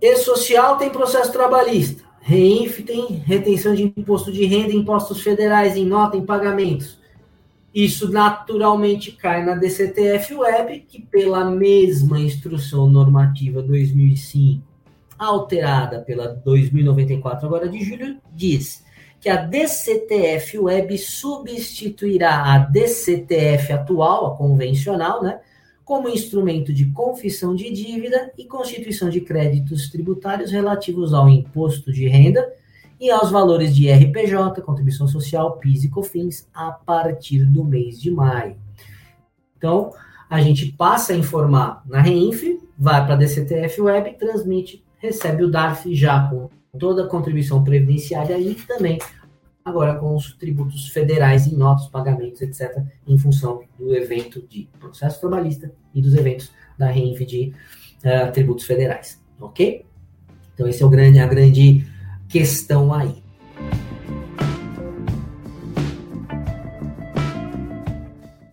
E-Social tem processo trabalhista. REINF tem retenção de imposto de renda e impostos federais em nota, em pagamentos. Isso naturalmente cai na DCTF-Web, que pela mesma instrução normativa 2005, alterada pela 2094 agora de julho, diz que a DCTF-Web substituirá a DCTF atual, a convencional, né, como instrumento de confissão de dívida e constituição de créditos tributários relativos ao imposto de renda e aos valores de RPJ, contribuição social, PIS e COFINS, a partir do mês de maio. Então, a gente passa a informar na REINF, vai para a DCTF-Web, transmite, recebe o DARF já com toda a contribuição previdenciária e também agora com os tributos federais em notas, pagamentos, etc., em função do evento de processo trabalhista e dos eventos da REINF de tributos federais, ok? Então, esse é a grande questão aí.